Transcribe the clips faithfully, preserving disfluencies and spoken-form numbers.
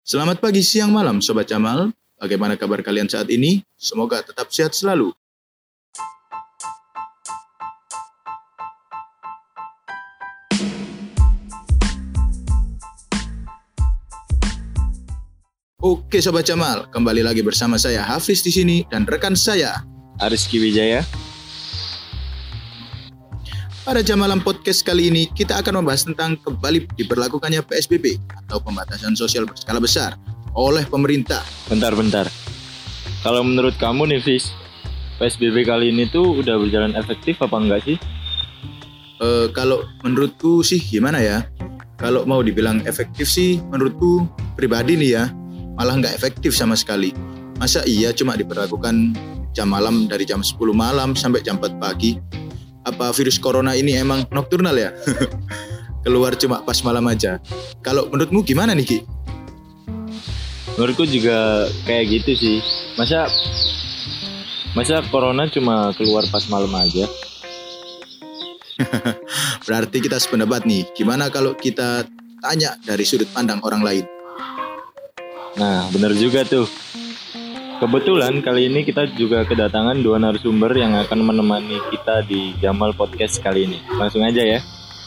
Selamat pagi, siang, malam, Sobat Jamal. Bagaimana kabar kalian saat ini? Semoga tetap sehat selalu. Oke Sobat Jamal, kembali lagi bersama saya Hafiz di sini dan rekan saya Ariski Wijaya. Pada Jamalam Podcast kali ini kita akan membahas tentang kembali diberlakukannya P S B B atau pembatasan sosial berskala besar oleh pemerintah. Bentar-bentar. Kalau menurut kamu nih Fis, P S B B kali ini tuh udah berjalan efektif apa enggak sih? E, kalau menurutku sih gimana ya? Kalau mau dibilang efektif sih menurutku pribadi nih ya, malah nggak efektif sama sekali. Masa iya cuma diberlakukan jam malam dari jam sepuluh malam sampai jam empat pagi? Apa virus corona ini emang nokturnal ya? Keluar cuma pas malam aja. Kalau menurutmu gimana nih Ki? Menurutku juga kayak gitu sih. Masa Masa corona cuma keluar pas malam aja? Berarti kita sependapat nih. Gimana kalau kita tanya dari sudut pandang orang lain? Nah, benar juga tuh. Kebetulan kali ini kita juga kedatangan dua narasumber yang akan menemani kita di Jamal Podcast kali ini. Langsung aja ya.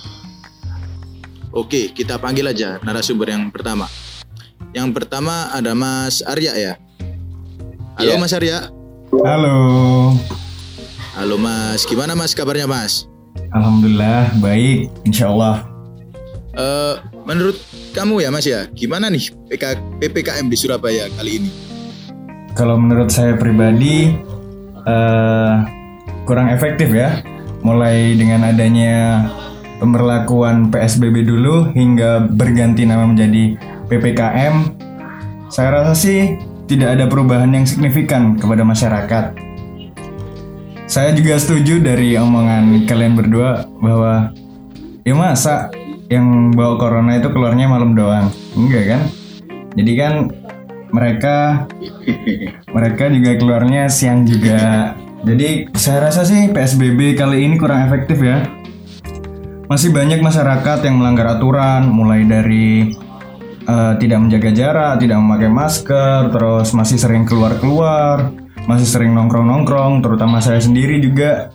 Oke, kita panggil aja narasumber yang pertama. Yang pertama ada Mas Arya ya. Halo yeah. Mas Arya. Halo. Halo Mas, gimana Mas kabarnya Mas? Alhamdulillah baik, insya Allah. Uh, menurut kamu ya Mas ya, gimana nih P P K M di Surabaya kali ini? Kalau menurut saya pribadi uh, kurang efektif ya. Mulai dengan adanya pemberlakuan P S B B dulu hingga berganti nama menjadi P P K M, saya rasa sih tidak ada perubahan yang signifikan kepada masyarakat. Saya juga setuju dari omongan kalian berdua bahwa ya masa yang bawa corona itu keluarnya malam doang, enggak kan? Jadi kan mereka mereka juga keluarnya siang juga. Jadi saya rasa sih P S B B kali ini kurang efektif ya. Masih banyak masyarakat yang melanggar aturan, mulai dari uh, tidak menjaga jarak, tidak memakai masker, terus masih sering keluar-keluar, masih sering nongkrong-nongkrong, terutama saya sendiri juga.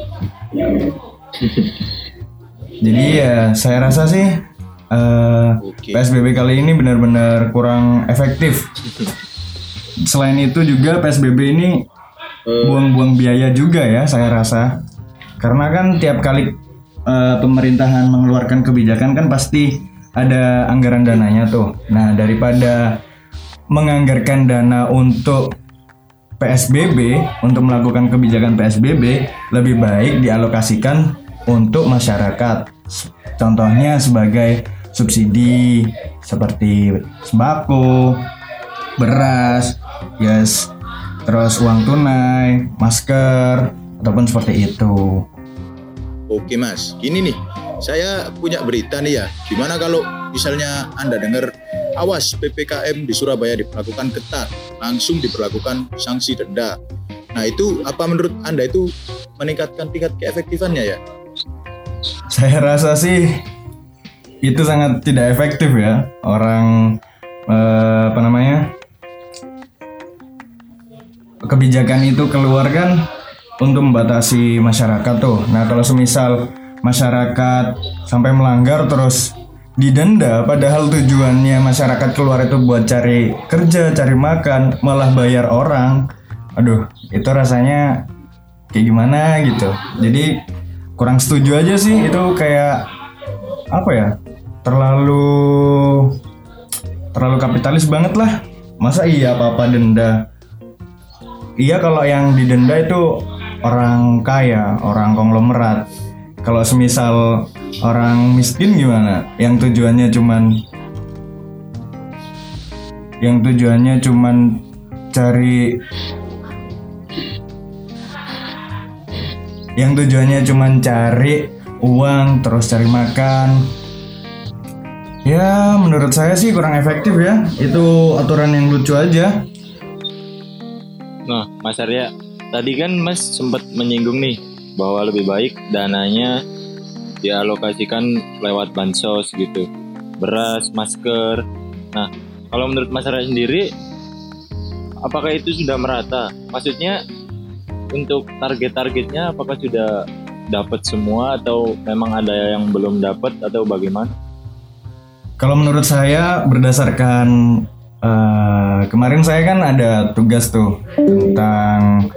Jadi ya saya rasa sih Uh, okay. P S B B kali ini benar-benar kurang efektif. Selain itu juga P S B B ini buang-buang biaya juga ya saya rasa. Karena kan tiap kali uh, pemerintahan mengeluarkan kebijakan kan pasti ada anggaran dananya tuh. Nah daripada menganggarkan dana untuk P S B B, untuk melakukan kebijakan P S B B, lebih baik dialokasikan untuk masyarakat. Contohnya sebagai subsidi seperti sembako, beras, yes, terus uang tunai, masker, ataupun seperti itu. Oke Mas, gini nih, saya punya berita nih ya. Gimana kalau misalnya Anda dengar awas P P K M di Surabaya diberlakukan ketat, langsung diberlakukan sanksi denda. Nah itu apa menurut Anda itu meningkatkan tingkat keefektifannya ya? Saya rasa sih itu sangat tidak efektif ya. Orang eh, apa namanya kebijakan itu keluar kan untuk membatasi masyarakat tuh. Nah kalau semisal masyarakat sampai melanggar terus didenda, padahal tujuannya masyarakat keluar itu buat cari kerja, cari makan, malah bayar orang. Aduh, itu rasanya kayak gimana gitu. Jadi kurang setuju aja sih, itu kayak apa ya, terlalu terlalu kapitalis banget lah. Masa iya apa-apa denda? Iya kalau yang didenda itu orang kaya, orang konglomerat. Kalau semisal orang miskin gimana? Yang tujuannya cuman yang tujuannya cuman cari yang tujuannya cuman cari uang, terus cari makan. Ya menurut saya sih kurang efektif ya. Itu aturan yang lucu aja. Nah Mas Arya, tadi kan Mas sempat menyinggung nih bahwa lebih baik dananya dialokasikan lewat bansos gitu, beras, masker. Nah kalau menurut Mas Ray sendiri, apakah itu sudah merata? Maksudnya untuk target-targetnya apakah sudah dapat semua atau memang ada yang belum dapat atau bagaimana? Kalau menurut saya berdasarkan uh, kemarin saya kan ada tugas tuh tentang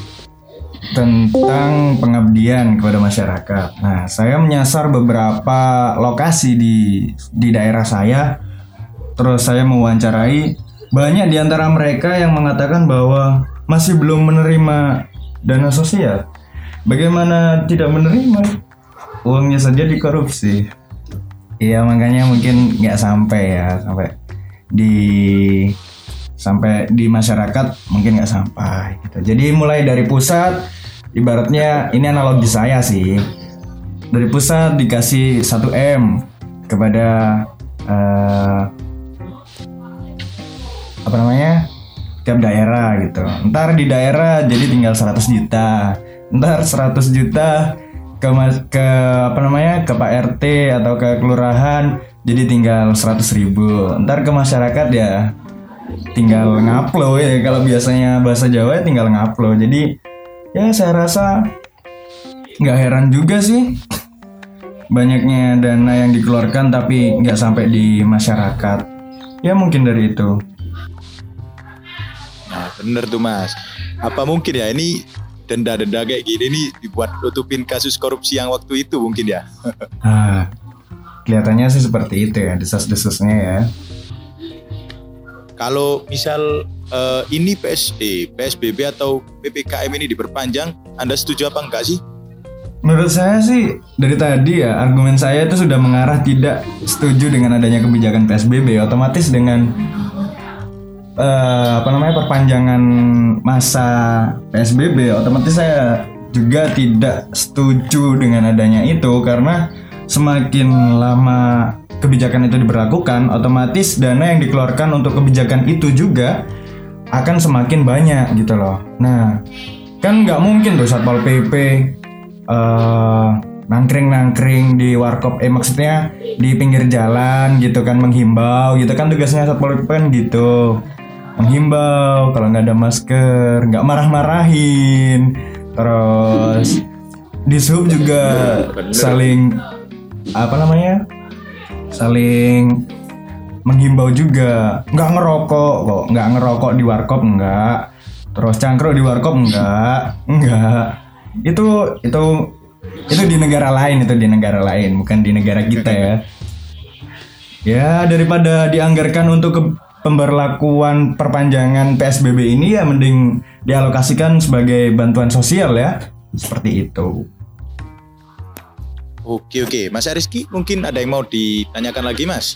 tentang pengabdian kepada masyarakat. Nah, saya menyasar beberapa lokasi di di daerah saya. Terus saya mewawancarai banyak di antara mereka yang mengatakan bahwa masih belum menerima dana sosial. Bagaimana tidak menerima? Uangnya saja dikorupsi. Iya, makanya mungkin nggak sampai ya sampai di sampai di masyarakat mungkin nggak sampai gitu. Jadi mulai dari pusat, ibaratnya ini analogi saya sih, dari pusat dikasih satu M kepada uh, apa namanya tiap daerah gitu. Ntar di daerah jadi tinggal seratus juta, ntar seratus juta ke ke apa namanya ke Pak R T atau ke kelurahan jadi tinggal seratus ribu. Ntar ke masyarakat ya tinggal ngupload ya, kalau biasanya bahasa Jawa ya tinggal ngupload. Jadi ya saya rasa nggak heran juga sih banyaknya dana yang dikeluarkan tapi nggak sampai di masyarakat. Ya mungkin dari itu. Nah bener tuh Mas. Apa mungkin ya ini denda-denda kayak gini nih dibuat nutupin kasus korupsi yang waktu itu mungkin ya? Ah, kelihatannya sih seperti itu ya, desas-desusnya ya. Kalau misal uh, ini P S E, P S B B atau P P K M ini diperpanjang, Anda setuju apa enggak sih? Menurut saya sih dari tadi ya argumen saya itu sudah mengarah tidak setuju dengan adanya kebijakan P S B B. Otomatis dengan uh, apa namanya perpanjangan masa P S B B, otomatis saya juga tidak setuju dengan adanya itu, karena semakin lama kebijakan itu diberlakukan, otomatis dana yang dikeluarkan untuk kebijakan itu juga akan semakin banyak gitu loh. Nah, kan nggak mungkin tuh Satpol P P uh, nangkring-nangkring di warkop, eh maksudnya di pinggir jalan gitu kan, menghimbau gitu kan, tugasnya Satpol P P kan gitu, menghimbau kalau nggak ada masker, nggak marah-marahin. Terus di sub juga saling apa namanya saling menghimbau juga, nggak ngerokok kok, nggak ngerokok di warkop nggak, terus cangkruk di warkop nggak, nggak. Itu itu itu di negara lain, itu di negara lain, bukan di negara kita ya. Ya daripada dianggarkan untuk ke pemberlakuan perpanjangan P S B B ini, ya mending dialokasikan sebagai bantuan sosial ya, seperti itu. Oke oke, Mas Rizky mungkin ada yang mau ditanyakan lagi Mas?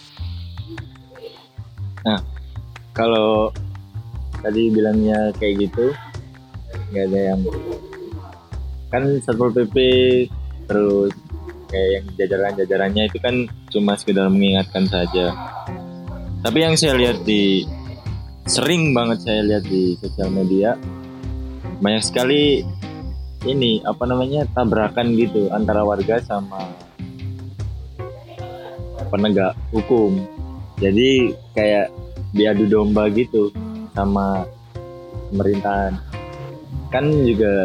Nah, kalau tadi bilangnya kayak gitu, nggak ada yang kan Satpol P P terus kayak yang jajaran-jajarannya itu kan cuma sekedar mengingatkan saja. Tapi yang saya lihat di sering banget saya lihat di sosial media, banyak sekali ini apa namanya tabrakan gitu antara warga sama penegak hukum. Jadi kayak diadu domba gitu sama pemerintahan. Kan juga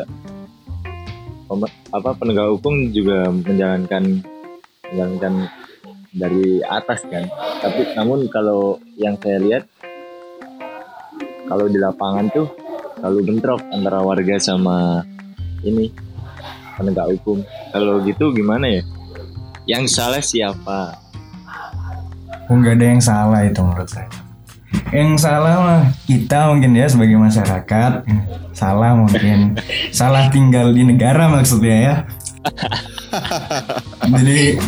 apa penegak hukum juga menjalankan menjalankan dari atas kan. Tapi namun kalau yang saya lihat kalau di lapangan tuh selalu bentrok antara warga sama ini penegak hukum. Kalau gitu gimana ya? Yang salah siapa? Oh, nggak ada yang salah itu menurut saya. Yang salah mah kita mungkin ya sebagai masyarakat. Salah mungkin salah tinggal di negara maksudnya ya. Jadi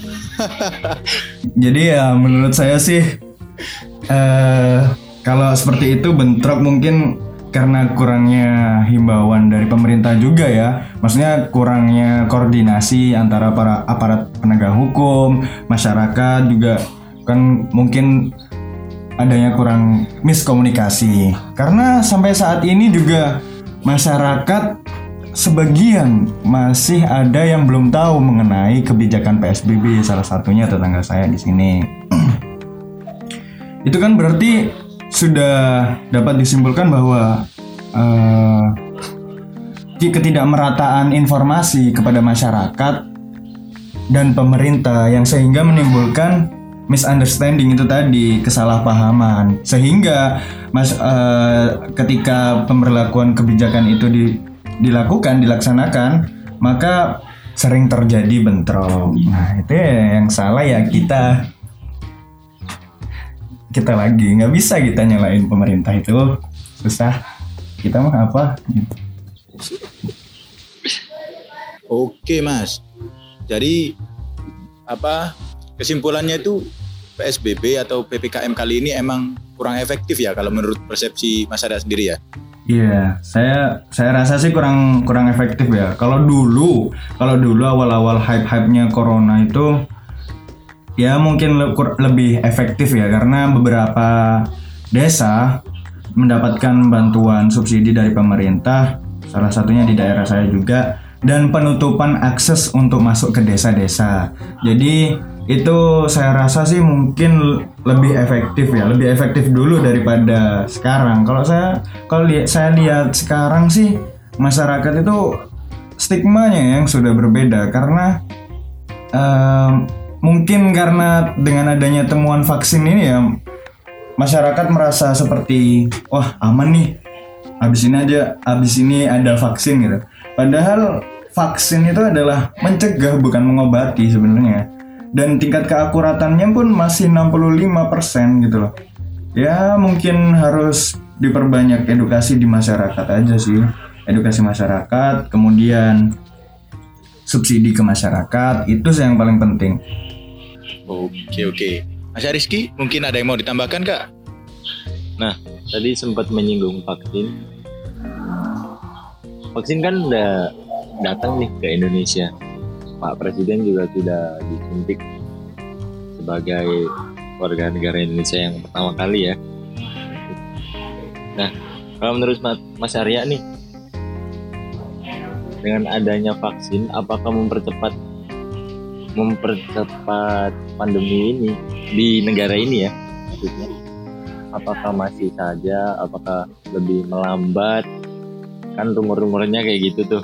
jadi ya menurut saya sih eh, kalau seperti itu bentrok mungkin karena kurangnya himbauan dari pemerintah juga ya. Maksudnya kurangnya koordinasi antara para aparat penegak hukum, masyarakat juga kan mungkin adanya kurang miskomunikasi. Karena sampai saat ini juga masyarakat sebagian masih ada yang belum tahu mengenai kebijakan P S B B, salah satunya tetangga saya di sini. itu kan berarti sudah dapat disimpulkan bahwa uh, ketidakmerataan informasi kepada masyarakat dan pemerintah yang sehingga menimbulkan misunderstanding itu tadi, kesalahpahaman, sehingga mas uh, ketika pemberlakuan kebijakan itu di, dilakukan dilaksanakan, maka sering terjadi bentrok. Nah itu ya, yang salah ya kita kita lagi, nggak bisa kita nyalain pemerintah, itu susah. Kita mah apa? Oke mas, jadi apa kesimpulannya itu P S B B atau P P K M kali ini emang kurang efektif ya kalau menurut persepsi Mas Arya sendiri ya? Iya, saya saya rasa sih kurang kurang efektif ya. Kalau dulu, kalau dulu awal-awal hype-hype-nya corona itu ya mungkin le- lebih efektif ya, karena beberapa desa mendapatkan bantuan subsidi dari pemerintah, salah satunya di daerah saya juga, dan penutupan akses untuk masuk ke desa-desa. Jadi itu saya rasa sih mungkin lebih efektif ya, lebih efektif dulu daripada sekarang. Kalau saya kalau li- saya lihat sekarang sih masyarakat itu stigmanya yang sudah berbeda, karena um, mungkin karena dengan adanya temuan vaksin ini ya, masyarakat merasa seperti wah aman nih, abis ini aja, abis ini ada vaksin gitu. Padahal vaksin itu adalah mencegah bukan mengobati sebenarnya. Dan tingkat keakuratannya pun masih enam puluh lima persen gitu loh. Ya mungkin harus diperbanyak edukasi di masyarakat aja sih. Edukasi masyarakat, kemudian subsidi ke masyarakat, itu sih yang paling penting. Oke oke. Mas Rizky, mungkin ada yang mau ditambahkan kak? Nah, tadi sempat menyinggung vaksin. Vaksin kan udah datang nih ke Indonesia. Pak Presiden juga sudah disuntik sebagai warga negara Indonesia yang pertama kali ya. Nah, kalau menurut Mas Arya nih, dengan adanya vaksin, apakah mempercepat mempercepat pandemi ini di negara ini ya? Maksudnya, apakah masih saja, apakah lebih melambat? Kan rumor-rumornya kayak gitu tuh.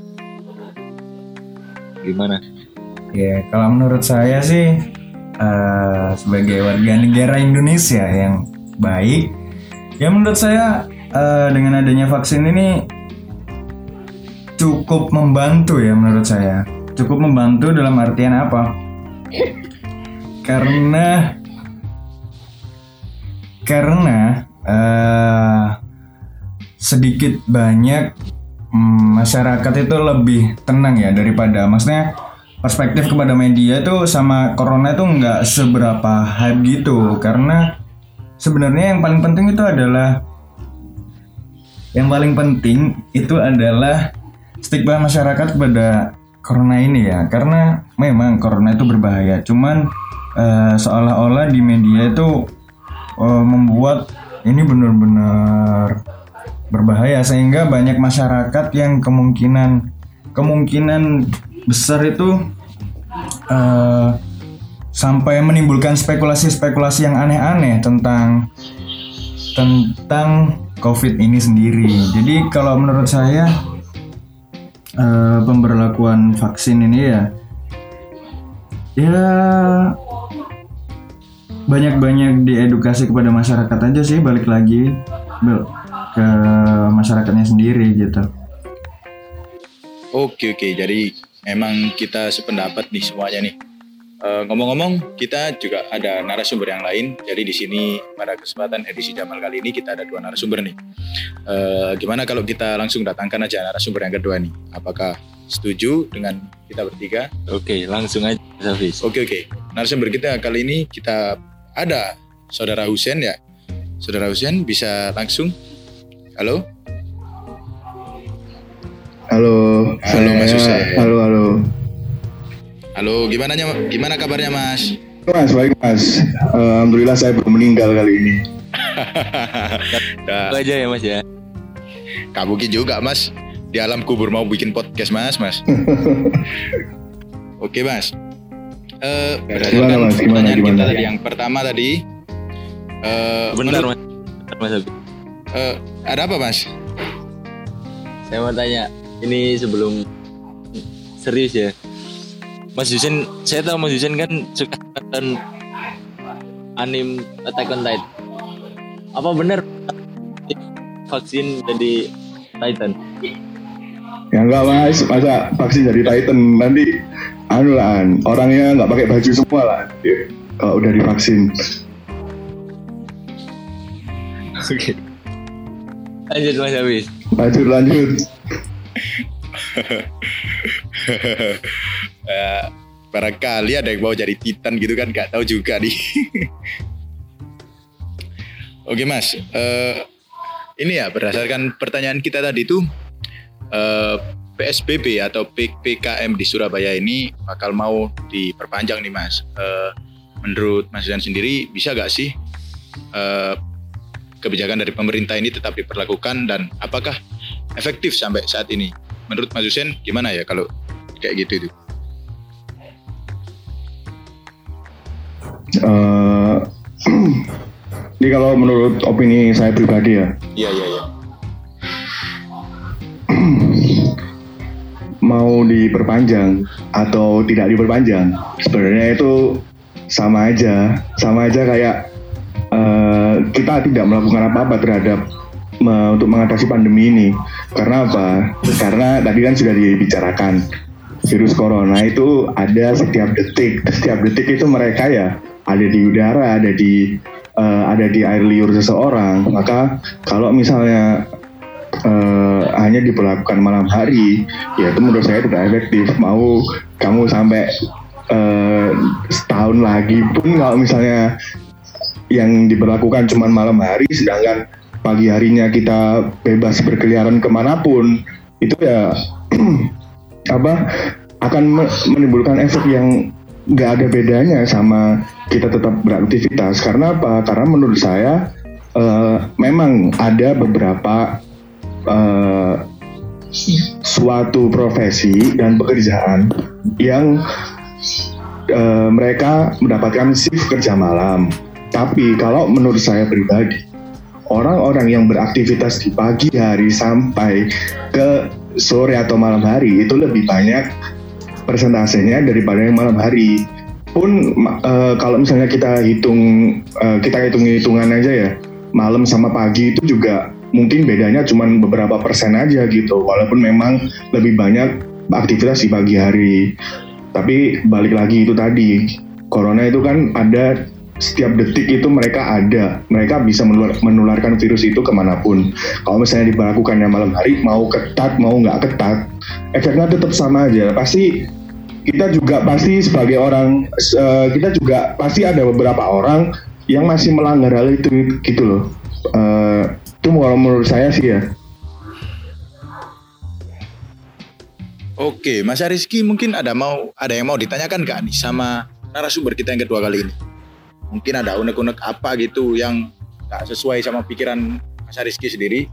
Gimana? Ya, kalau menurut saya sih uh, sebagai warga negara Indonesia yang baik, ya menurut saya uh, dengan adanya vaksin ini cukup membantu ya menurut saya. Cukup membantu dalam artian apa? Karena karena uh, sedikit banyak um, masyarakat itu lebih tenang ya daripada, maksudnya perspektif kepada media itu sama corona itu nggak seberapa hype gitu, karena sebenarnya yang paling penting itu adalah yang paling penting itu adalah stigma masyarakat kepada corona ini ya, karena memang corona itu berbahaya, cuman uh, seolah-olah di media itu uh, membuat ini benar-benar berbahaya, sehingga banyak masyarakat yang kemungkinan kemungkinan besar itu uh, sampai menimbulkan spekulasi-spekulasi yang aneh-aneh tentang tentang COVID ini sendiri. Jadi kalau menurut saya uh, pemberlakuan vaksin ini ya ya banyak-banyak diedukasi kepada masyarakat aja sih, balik lagi ke masyarakatnya sendiri gitu. Oke oke, jadi memang kita sependapat nih semuanya nih. E, ngomong-ngomong, kita juga ada narasumber yang lain. Jadi di sini pada kesempatan edisi Jamal kali ini kita ada dua narasumber nih. E, gimana kalau kita langsung datangkan aja narasumber yang kedua nih? Apakah setuju dengan kita bertiga? Oke, langsung aja, Hafiz. Oke oke. Narasumber kita kali ini kita ada Saudara Husein ya. Saudara Husein bisa langsung. Halo. Halo, halo saya, Mas Husein. Halo, halo. Halo, gimana gimana kabarnya Mas? Mas, baik Mas. Uh, Alhamdulillah saya belum meninggal kali ini. Itu aja ya Mas ya. Kabuki juga Mas. Di alam kubur mau bikin podcast Mas, Mas. Oke Mas. Uh, berdasarkan gimana, mas? Gimana, pertanyaan gimana? kita tadi yang pertama tadi, Uh, Bentar menurut, mas, Bentar, mas Habib. Uh, ada apa mas? Saya mau tanya, ini sebelum serius ya, Mas Yusen, saya tahu Mas Yusen kan suka nonton anime Attack on Titan. Apa benar vaksin jadi Titan? Ya enggak mas, masa vaksin dari Titan nanti anu lah, orangnya nggak pakai baju semua lah ya, kalau udah divaksin. Oke. Lanjut Mas Habis. Lanjut lanjut. uh, barangkali ada yang mau jadi Titan gitu kan, nggak tahu juga nih. Oke mas, uh, ini ya berdasarkan pertanyaan kita tadi tuh, uh, P S B B atau P K M di Surabaya ini bakal mau diperpanjang nih mas. Uh, menurut Mas Yusen sendiri bisa nggak sih uh, kebijakan dari pemerintah ini tetap diperlakukan dan apakah efektif sampai saat ini? Menurut Mas Yusen gimana ya kalau kayak gitu itu? Uh, ini kalau menurut opini saya pribadi ya. Iya iya iya. Mau diperpanjang atau tidak diperpanjang, sebenarnya itu sama aja, sama aja kayak uh, kita tidak melakukan apa-apa terhadap uh, untuk mengatasi pandemi ini. Karena apa? Karena tadi kan sudah dibicarakan virus corona itu ada setiap detik, setiap detik itu mereka ya ada di udara, ada di uh, ada di air liur seseorang. Maka kalau misalnya Uh, hanya diberlakukan malam hari, ya itu menurut saya tidak efektif. Mau kamu sampai uh, setahun lagi pun kalau misalnya yang diberlakukan cuma malam hari, sedangkan pagi harinya kita bebas berkeliaran kemanapun, itu ya apa akan menimbulkan efek yang nggak ada bedanya sama kita tetap beraktivitas. Karena apa? Karena menurut saya uh, memang ada beberapa Uh, suatu profesi dan pekerjaan yang uh, mereka mendapatkan shift kerja malam. Tapi kalau menurut saya pribadi, orang-orang yang beraktivitas di pagi hari sampai ke sore atau malam hari itu lebih banyak persentasenya daripada yang malam hari. Pun uh, kalau misalnya kita hitung uh, kita hitung-hitungan aja ya, malam sama pagi itu juga mungkin bedanya cuma beberapa persen aja gitu, walaupun memang lebih banyak aktivitas di pagi hari. Tapi balik lagi itu tadi, corona itu kan ada setiap detik itu mereka ada, mereka bisa menular, menularkan virus itu kemanapun. Kalau misalnya diberlakukannya malam hari, mau ketat mau nggak ketat, efeknya tetap sama aja. Pasti kita juga pasti sebagai orang, uh, kita juga pasti ada beberapa orang yang masih melanggar hal itu gitu loh. Uh, itu kalau menurut saya sih ya. Oke, Mas Rizky mungkin ada mau ada yang mau ditanyakan nggak nih sama narasumber kita yang kedua kali ini? Mungkin ada unek-unek apa gitu yang nggak sesuai sama pikiran Mas Rizky sendiri?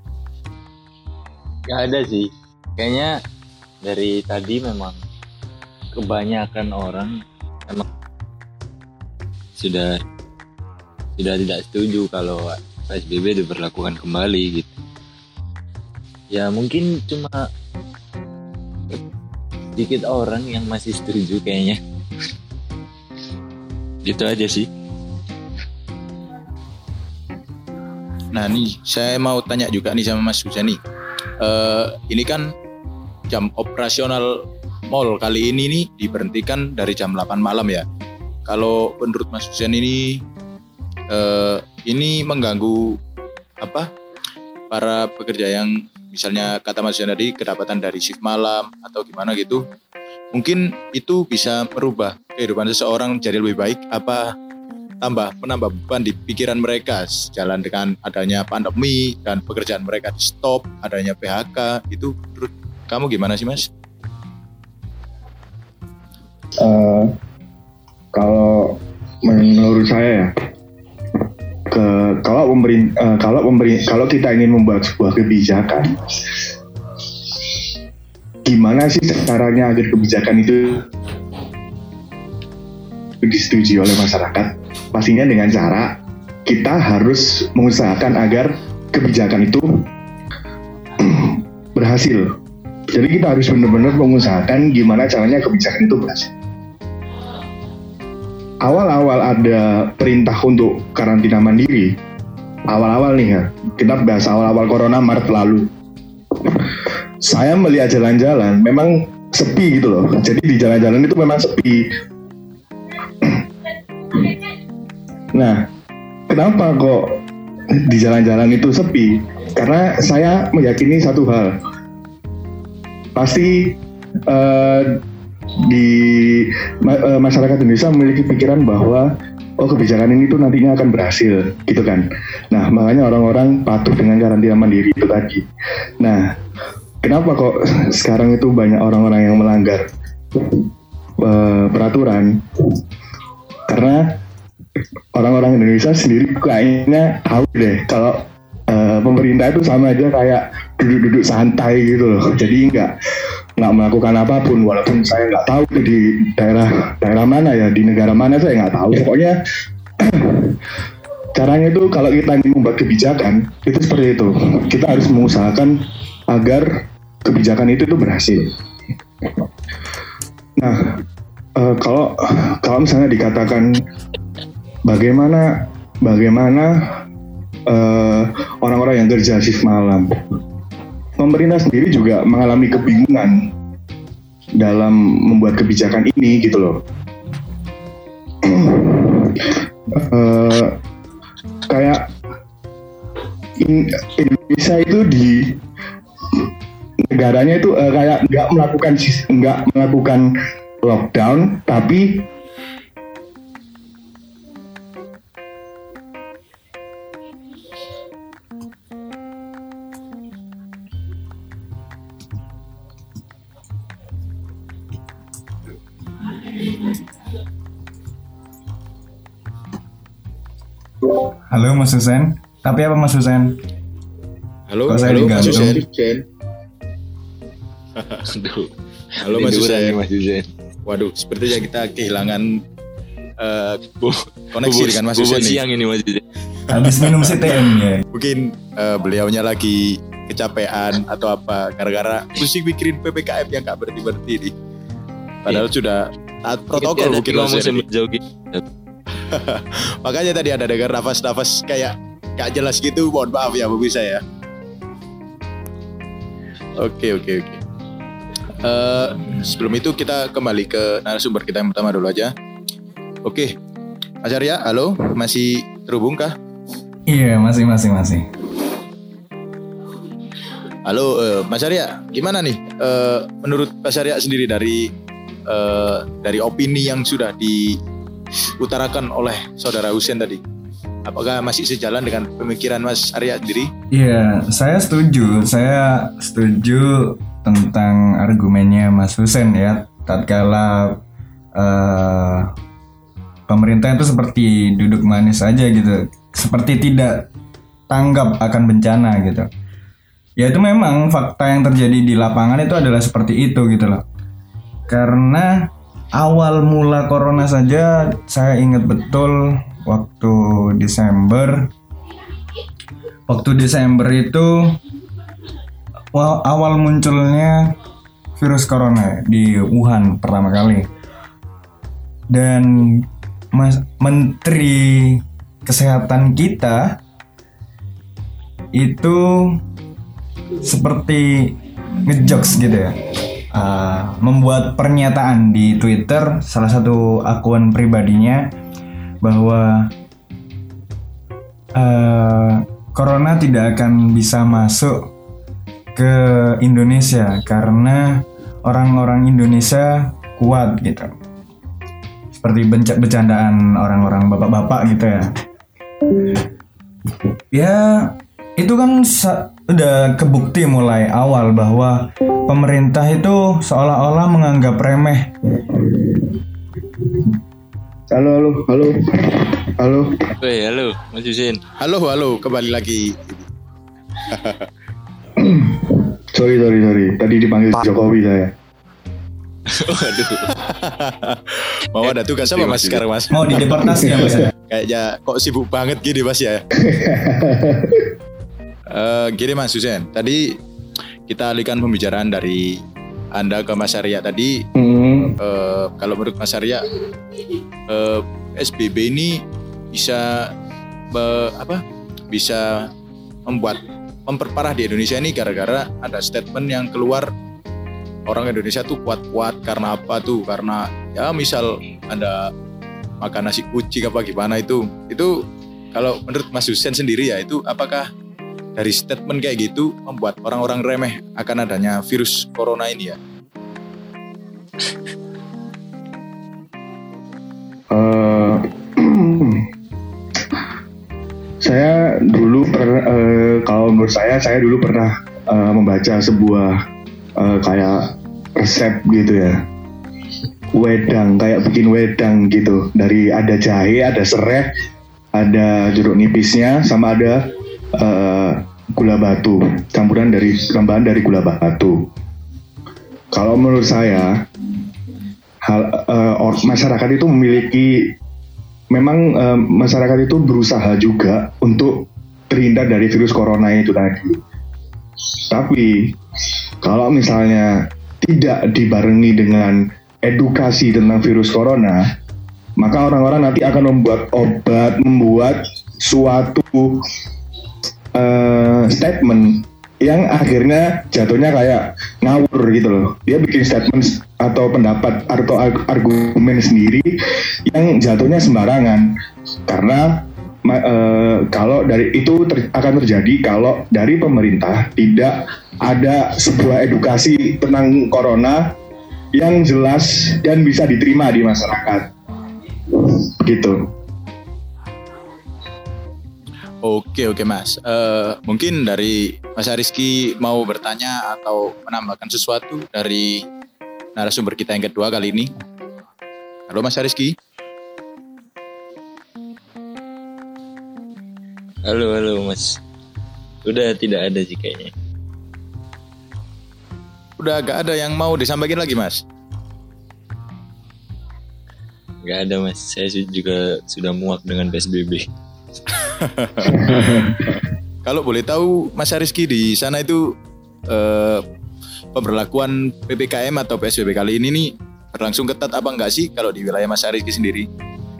Gak ada sih. Kayaknya dari tadi memang kebanyakan orang emang sudah sudah tidak setuju kalau P S B B diberlakukan kembali gitu. Ya mungkin cuma sedikit orang yang masih setuju kayaknya. Gitu aja sih. Nah nih saya mau tanya juga nih sama Mas Yusen nih. Uh, ini kan jam operasional mall kali ini nih diberhentikan dari jam delapan malam ya. Kalau menurut Mas Yusen ini uh, ini mengganggu apa para pekerja yang misalnya kata Mas Yusen tadi kedapatan dari shift malam atau gimana gitu, mungkin itu bisa merubah kehidupan seseorang jadi lebih baik apa tambah menambah beban di pikiran mereka sejalan dengan adanya pandemi dan pekerjaan mereka di stop, adanya P H K, itu menurut kamu gimana sih Mas? Uh, kalau menurut saya ya, ke kalau pemerintah uh, kalau pemerintah kalau kita ingin membuat sebuah kebijakan, gimana sih caranya agar kebijakan itu disetujui oleh masyarakat? Pastinya dengan cara kita harus mengusahakan agar kebijakan itu berhasil. Jadi kita harus benar-benar mengusahakan gimana caranya kebijakan itu berhasil. Awal-awal ada perintah untuk karantina mandiri, awal-awal nih ya, kita bahas awal-awal corona Maret lalu. Saya melihat jalan-jalan memang sepi gitu loh. Jadi di jalan-jalan itu memang sepi. Nah, kenapa kok di jalan-jalan itu sepi? Karena saya meyakini satu hal. Pasti uh, di ma- uh, masyarakat Indonesia memiliki pikiran bahwa oh kebijakan ini tuh nantinya akan berhasil gitu kan. Nah makanya orang-orang patuh dengan karantina mandiri itu tadi. Nah kenapa kok sekarang itu banyak orang-orang yang melanggar uh, peraturan? Karena orang-orang Indonesia sendiri kayaknya tahu deh kalau Uh, pemerintah itu sama aja kayak duduk-duduk santai gitu loh. Jadi nggak nggak melakukan apapun, walaupun saya nggak tahu di daerah daerah mana ya, di negara mana saya nggak tahu. Pokoknya caranya itu kalau kita ingin membuat kebijakan itu seperti itu. Kita harus mengusahakan agar kebijakan itu itu berhasil. Nah uh, kalau kalau misalnya dikatakan bagaimana bagaimana Uh, orang-orang yang kerja shift malam, pemerintah sendiri juga mengalami kebingungan dalam membuat kebijakan ini gitu loh. uh, kayak in, Indonesia itu di negaranya itu uh, kayak nggak melakukan nggak melakukan lockdown, tapi Halo Mas Husen, tapi apa Mas Husen? Halo, Kok saya halo Mas digantung? Husen. Halo Mas Husen. Mas Husen. Waduh, sepertinya kita kehilangan uh, Bu- koneksi bubur- dengan Mas bubur Husen nih. siang ini Mas Husen. Habis minum C T M ya? Mungkin uh, beliaunya lagi kecapean atau apa gara-gara pusing mikirin P P K M yang gak berhenti-berhenti nih. Padahal sudah taat protokol mungkin Mas Husen. Makanya tadi ada dengar nafas-nafas kayak gak jelas gitu, mohon maaf ya bagi saya. Oke oke oke. Uh, sebelum itu kita kembali ke narasumber kita yang pertama dulu aja. Oke, Mas Arya, halo, masih terhubung kah? Iya masih masih masih. Halo uh, Mas Arya, gimana nih? Uh, menurut Mas Arya sendiri dari uh, dari opini yang sudah diutarakan oleh Saudara Husen tadi, apakah masih sejalan dengan pemikiran Mas Arya sendiri? Iya, saya setuju. Saya setuju tentang argumennya Mas Husen ya. Tatkala uh, pemerintah itu seperti duduk manis aja gitu, seperti tidak tanggap akan bencana gitu. Ya itu memang fakta yang terjadi di lapangan itu adalah seperti itu gitu loh. Karena awal mula corona saja saya ingat betul waktu Desember. Waktu Desember itu awal munculnya virus corona di Wuhan pertama kali. Dan Mas Menteri Kesehatan kita itu seperti ngejokes gitu ya, uh, membuat pernyataan di Twitter salah satu akun pribadinya bahwa uh, corona tidak akan bisa masuk ke Indonesia karena orang-orang Indonesia kuat gitu. Seperti bercandaan orang-orang bapak-bapak gitu ya. Ya itu kan sa- udah kebukti mulai awal bahwa pemerintah itu seolah-olah menganggap remeh. Halo, halo, halo, halo. Woi, halo Mas Husen. Halo halo, kembali lagi. sorry, sorry, sorry. Tadi dipanggil Jokowi saya. Mau ada tugas apa Mas sekarang Mas? Mau dideportasi ya Mas? Kayaknya kok sibuk banget gini Mas ya. uh, gini Mas Husen, tadi kita alihkan pembicaraan dari Anda ke Mas Arya tadi. Hmm. Uh, kalau menurut Mas Arya, uh, P S B B ini bisa uh, apa? Bisa membuat memperparah di Indonesia ini gara-gara ada statement yang keluar, orang Indonesia tuh kuat-kuat karena apa tuh? Karena ya misal ada makan nasi kucing apa gimana itu. Itu kalau menurut Mas Husen sendiri ya, itu apakah dari statement kayak gitu membuat orang-orang remeh akan adanya virus corona ini ya? Uh, saya dulu per, uh, kalau menurut saya saya dulu pernah uh, membaca sebuah uh, kayak resep gitu ya, wedang, kayak bikin wedang gitu, dari ada jahe, ada serai, ada jeruk nipisnya, sama ada uh, gula batu, campuran dari tambahan dari gula batu. Kalau menurut saya hal uh, or, masyarakat itu memiliki memang uh, masyarakat itu berusaha juga untuk terhindar dari virus corona itu tadi. Tapi kalau misalnya tidak dibarengi dengan edukasi tentang virus corona, maka orang-orang nanti akan membuat obat, membuat suatu uh, statement yang akhirnya jatuhnya kayak ngawur gitu loh. Dia bikin statement atau pendapat atau argumen sendiri yang jatuhnya sembarangan. Karena uh, kalau dari itu ter, akan terjadi kalau dari pemerintah tidak ada sebuah edukasi tentang corona yang jelas dan bisa diterima di masyarakat, begitu. Oke oke Mas, uh, mungkin dari Mas Rizky mau bertanya atau menambahkan sesuatu dari narasumber kita yang kedua kali ini. Halo Mas Rizky. Halo halo Mas. Udah tidak ada sih kayaknya. Udah gak ada yang mau disampaikan lagi Mas? Gak ada Mas, saya juga sudah muak dengan P S B B. Kalau boleh tahu Mas Rizky, di sana itu eh, pemberlakuan P P K M atau P S B B kali ini nih berlangsung ketat apa enggak sih kalau di wilayah Mas Rizky sendiri?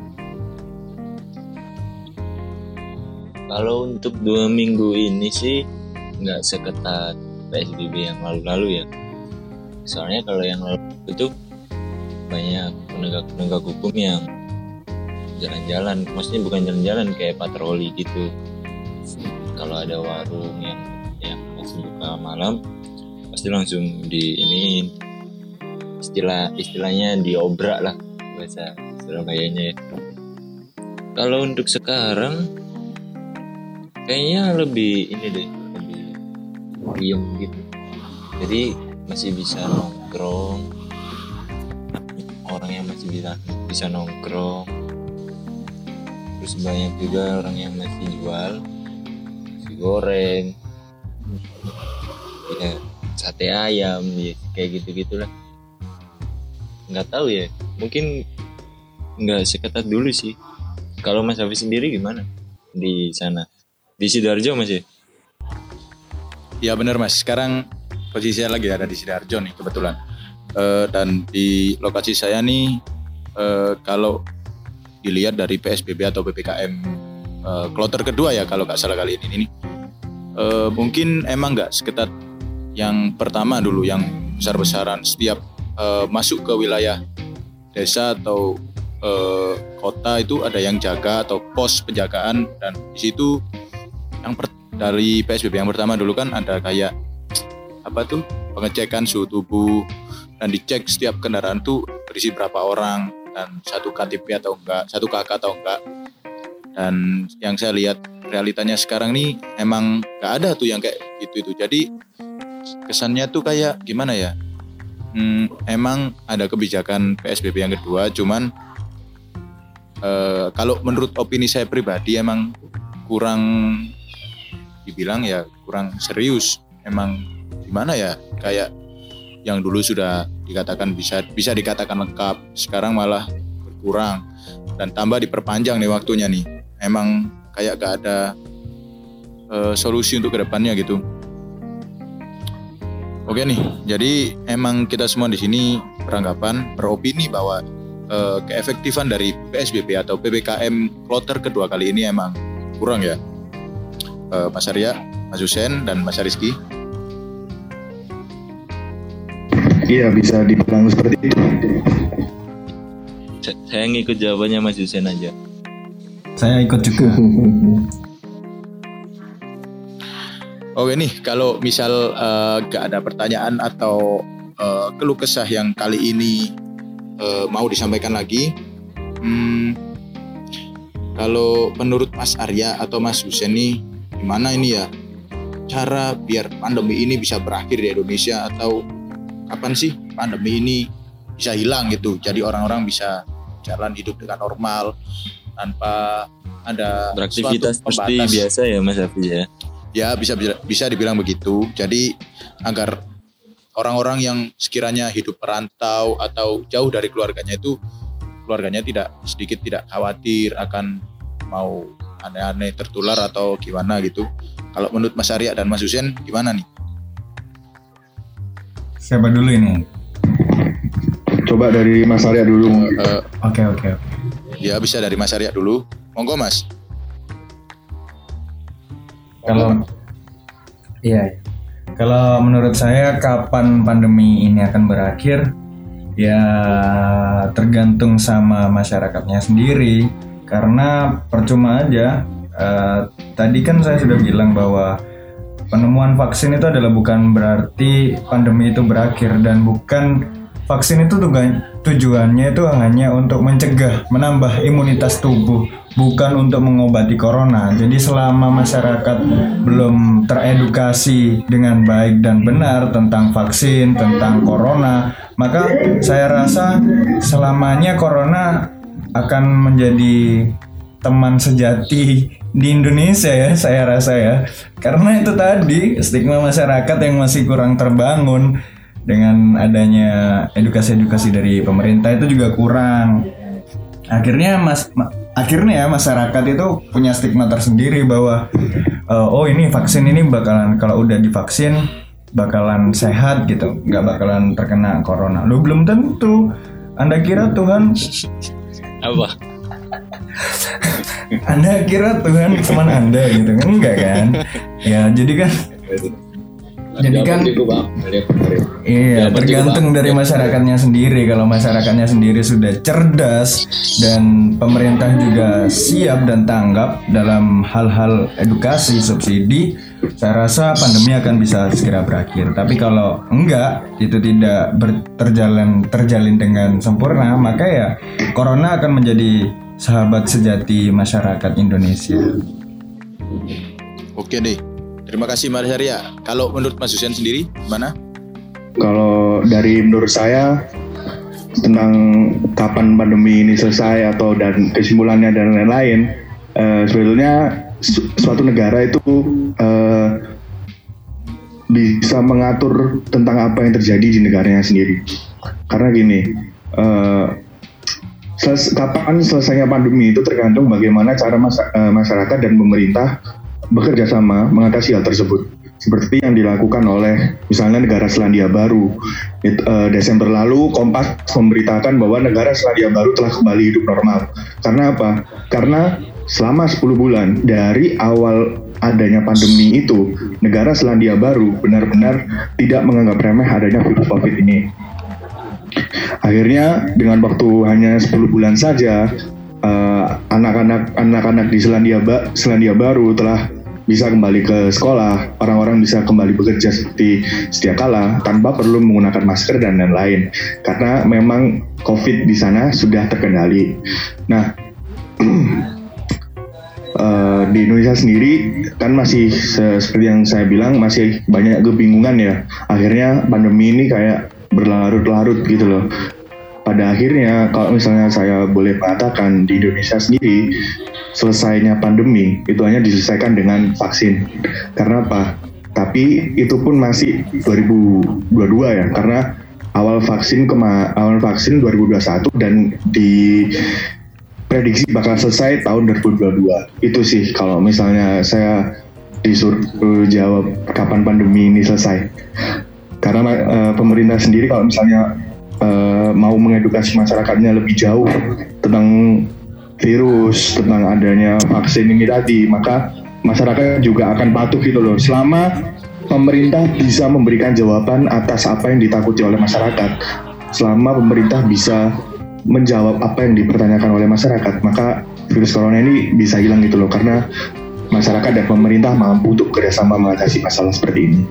Kalau untuk dua minggu ini sih nggak seketat P S B B yang lalu-lalu ya. Soalnya kalau yang lalu itu banyak penegak-penegak hukum yang jalan-jalan, maksudnya bukan jalan-jalan, kayak patroli gitu. Kalau ada warung yang yang masih buka malam, pasti langsung di ini istilah istilahnya diobrak lah bahasa Surabayanya ya. Kalau untuk sekarang kayaknya lebih ini deh, lebih diem gitu. Jadi masih bisa nongkrong, orang yang masih bisa bisa nongkrong. Terus banyak juga orang yang masih jual nasi goreng, ya sate ayam, ya kayak gitu-gitulah. Nggak tahu ya, mungkin nggak seketat dulu sih. Kalau Mas Hafiz sendiri gimana di sana? Di Sidoarjo Mas ya? Ya benar Mas, sekarang posisi saya lagi ada di Sidoarjo nih kebetulan. Uh, dan di lokasi saya nih, uh, kalau dilihat dari P S B B atau P P K M uh, kloter kedua ya kalau nggak salah kali ini, ini uh, mungkin emang nggak seketat yang pertama dulu yang besar-besaran. Setiap uh, masuk ke wilayah desa atau uh, kota itu ada yang jaga atau pos penjagaan, dan di situ yang per, dari P S B B yang pertama dulu kan ada kayak apa tuh pengecekan suhu tubuh dan dicek setiap kendaraan tuh berisi berapa orang dan satu K T P atau enggak, satu K K atau enggak. Dan yang saya lihat realitanya sekarang nih emang nggak ada tuh yang kayak gitu itu. Jadi kesannya tuh kayak gimana ya? Hmm, emang ada kebijakan P S B B yang kedua, cuman eh, kalau menurut opini saya pribadi emang kurang, dibilang ya kurang serius. Emang gimana ya, kayak yang dulu sudah dikatakan bisa bisa dikatakan lengkap, sekarang malah berkurang. dan tambah diperpanjang nih waktunya nih. Emang kayak gak ada uh, solusi untuk kedepannya gitu. Oke nih, jadi emang kita semua di sini beranggapan, beropini bahwa uh, keefektifan dari P S B B atau P P K M kloter kedua kali ini emang kurang ya. Uh, Mas Arya, Mas Husein, dan Mas Rizky. Iya, bisa dibilang seperti itu. Saya ngikut jawabannya Mas Husein aja. Saya ikut juga. Oke nih, kalau misal uh, gak ada pertanyaan atau uh, keluh kesah yang kali ini uh, mau disampaikan lagi, hmm, kalau menurut Mas Arya atau Mas Husein nih, gimana ini ya cara biar pandemi ini bisa berakhir di Indonesia, atau kapan sih pandemi ini bisa hilang gitu, jadi orang-orang bisa jalan hidup dengan normal tanpa ada beraktivitas seperti biasa ya Mas Hafiz ya. Ya bisa bisa dibilang begitu. Jadi agar orang-orang yang sekiranya hidup perantau atau jauh dari keluarganya itu, keluarganya tidak sedikit tidak khawatir akan mau aneh-aneh tertular atau gimana gitu. Kalau menurut Mas Arya dan Mas Husein gimana nih? Siapa dulu ini? Coba dari Mas Arya dulu. Uh, Oke oke oke. Ya bisa dari Mas Arya dulu. Monggo Mas. Kalau iya, kalau menurut saya kapan pandemi ini akan berakhir ya tergantung sama masyarakatnya sendiri, karena percuma aja. Uh, tadi kan saya sudah bilang bahwa penemuan vaksin itu adalah bukan berarti pandemi itu berakhir, dan bukan vaksin itu tujuan, tujuannya itu hanya untuk mencegah, menambah imunitas tubuh, bukan untuk mengobati corona. Jadi selama masyarakat belum teredukasi dengan baik dan benar tentang vaksin, tentang corona, maka saya rasa selamanya corona akan menjadi teman sejati di Indonesia ya, saya rasa ya. Karena itu tadi stigma masyarakat yang masih kurang terbangun. Dengan adanya edukasi-edukasi dari pemerintah itu juga kurang. Akhirnya mas, ma, akhirnya ya masyarakat itu punya stigma tersendiri bahwa uh, oh ini vaksin ini bakalan, kalau udah divaksin bakalan sehat gitu, nggak bakalan terkena corona. Lo belum tentu. Anda kira Tuhan apa? Anda kira Tuhan teman Anda gitu kan? Enggak kan? Ya jadi kan. Jadi kan, iya tergantung dari masyarakatnya sendiri. Kalau masyarakatnya sendiri sudah cerdas dan pemerintah juga siap dan tanggap dalam hal-hal edukasi, subsidi, saya rasa pandemi akan bisa segera berakhir. Tapi kalau enggak, itu tidak ber- terjalan terjalin dengan sempurna, maka ya corona akan menjadi sahabat sejati masyarakat Indonesia. Oke deh. Terima kasih Mas Arya. Kalau menurut Mas Husein sendiri gimana? Kalau dari menurut saya tentang kapan pandemi ini selesai atau dan kesimpulannya dan lain-lain, eh, sebetulnya su- suatu negara itu eh, bisa mengatur tentang apa yang terjadi di negaranya sendiri. Karena gini, eh, ses- kapan selesainya pandemi itu tergantung bagaimana cara mas- eh, masyarakat dan pemerintah bekerja sama mengatasi hal tersebut, seperti yang dilakukan oleh misalnya negara Selandia Baru. It, uh, Desember lalu Kompas memberitakan bahwa negara Selandia Baru telah kembali hidup normal. Karena apa? Karena selama sepuluh bulan dari awal adanya pandemi itu, negara Selandia Baru benar-benar tidak menganggap remeh adanya virus COVID ini. Akhirnya dengan waktu hanya sepuluh bulan saja, uh, anak-anak anak-anak di Selandia, ba- Selandia Baru telah bisa kembali ke sekolah, orang-orang bisa kembali bekerja seperti sedia kala tanpa perlu menggunakan masker dan lain-lain, karena memang COVID di sana sudah terkendali. Nah, uh, di Indonesia sendiri kan masih se- seperti yang saya bilang masih banyak kebingungan ya. Akhirnya pandemi ini kayak berlarut-larut gitu loh. Pada akhirnya kalau misalnya saya boleh mengatakan di Indonesia sendiri selesainya pandemi itu hanya diselesaikan dengan vaksin. Karena apa? Tapi itu pun masih dua ribu dua puluh dua ya, karena awal vaksin kema- awal vaksin dua ribu dua puluh satu dan di prediksi bakal selesai tahun dua ribu dua puluh dua. Itu sih kalau misalnya saya disuruh jawab kapan pandemi ini selesai. Karena uh, pemerintah sendiri kalau misalnya uh, mau mengedukasi masyarakatnya lebih jauh tentang virus, tentang adanya vaksin ini tadi, maka masyarakat juga akan patuh gitu loh. Selama pemerintah bisa memberikan jawaban atas apa yang ditakuti oleh masyarakat, selama pemerintah bisa menjawab apa yang dipertanyakan oleh masyarakat, maka virus corona ini bisa hilang gitu loh. Karena masyarakat dan pemerintah mampu untuk kerjasama mengatasi masalah seperti ini.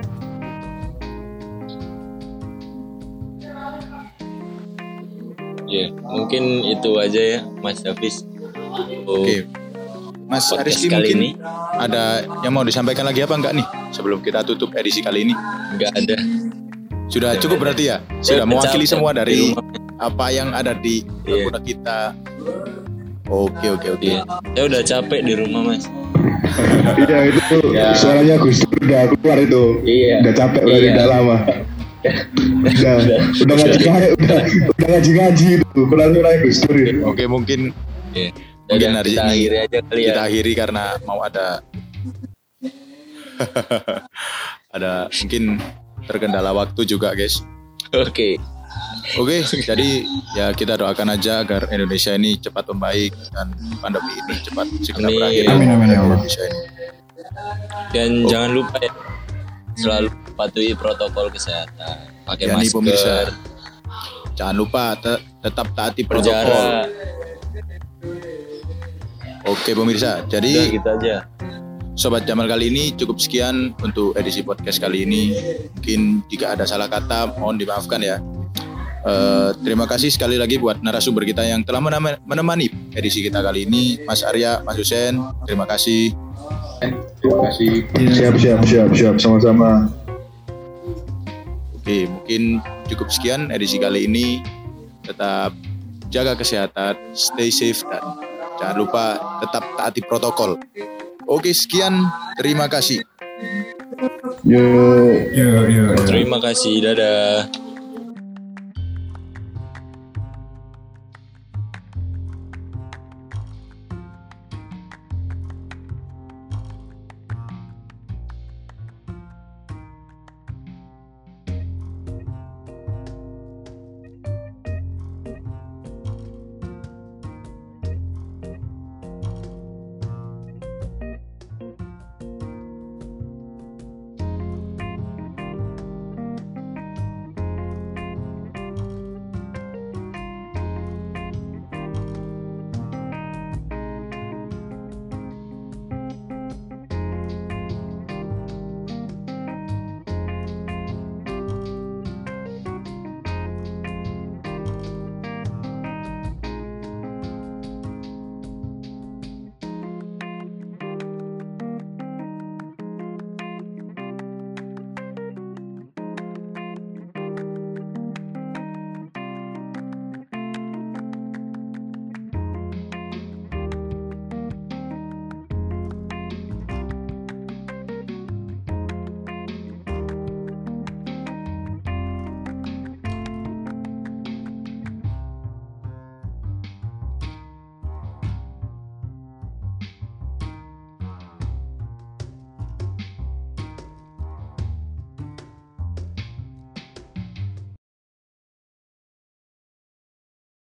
Ya, mungkin itu aja ya, Mas Hafiz. Oke. Okay. Mas Ariski mungkin ini ada yang mau disampaikan lagi apa enggak nih sebelum kita tutup edisi kali ini? Enggak ada. Sudah cukup berarti ya? Sudah mewakili semua dari apa yang ada di benak kita. Oke, oke, oke. Iya. Saya udah capek di rumah, Mas. Iya, itu ya. Suaranya Gus udah keluar itu. Iya. Udah capek udah iya. udah lama. udah udah ngaji ngaji udah udah ngaji ngaji itu benar-benar Gus Dur. Oke, mungkin yeah. mungkin hari kita ini akhiri aja kali ya. Kita akhiri karena mau ada ada mungkin terkendala waktu juga, guys. Oke. Oke, jadi ya kita doakan aja agar Indonesia ini cepat membaik dan pandemi ini cepat segera berakhir. Amin amin ya Allah. Indonesia ini. Dan oh. jangan lupa ya, selalu patuhi protokol kesehatan, pakai ya, masker. Pemirsa, jangan lupa te- tetap taati protokol. Berjarak. Oke pemirsa, jadi udah gitu aja. Sobat Jamal kali ini cukup sekian untuk edisi podcast kali ini. Mungkin jika ada salah kata mohon dimaafkan ya. Uh, terima kasih sekali lagi buat narasumber kita yang telah menemani edisi kita kali ini, Mas Arya, Mas Husen. Terima kasih. Terima kasih. Siap siap siap siap sama-sama. Oke, mungkin cukup sekian edisi kali ini. Tetap jaga kesehatan, stay safe dan jangan lupa tetap taati protokol. Oke, sekian. Terima kasih. Yo. Yo yo. Terima kasih. Dadah.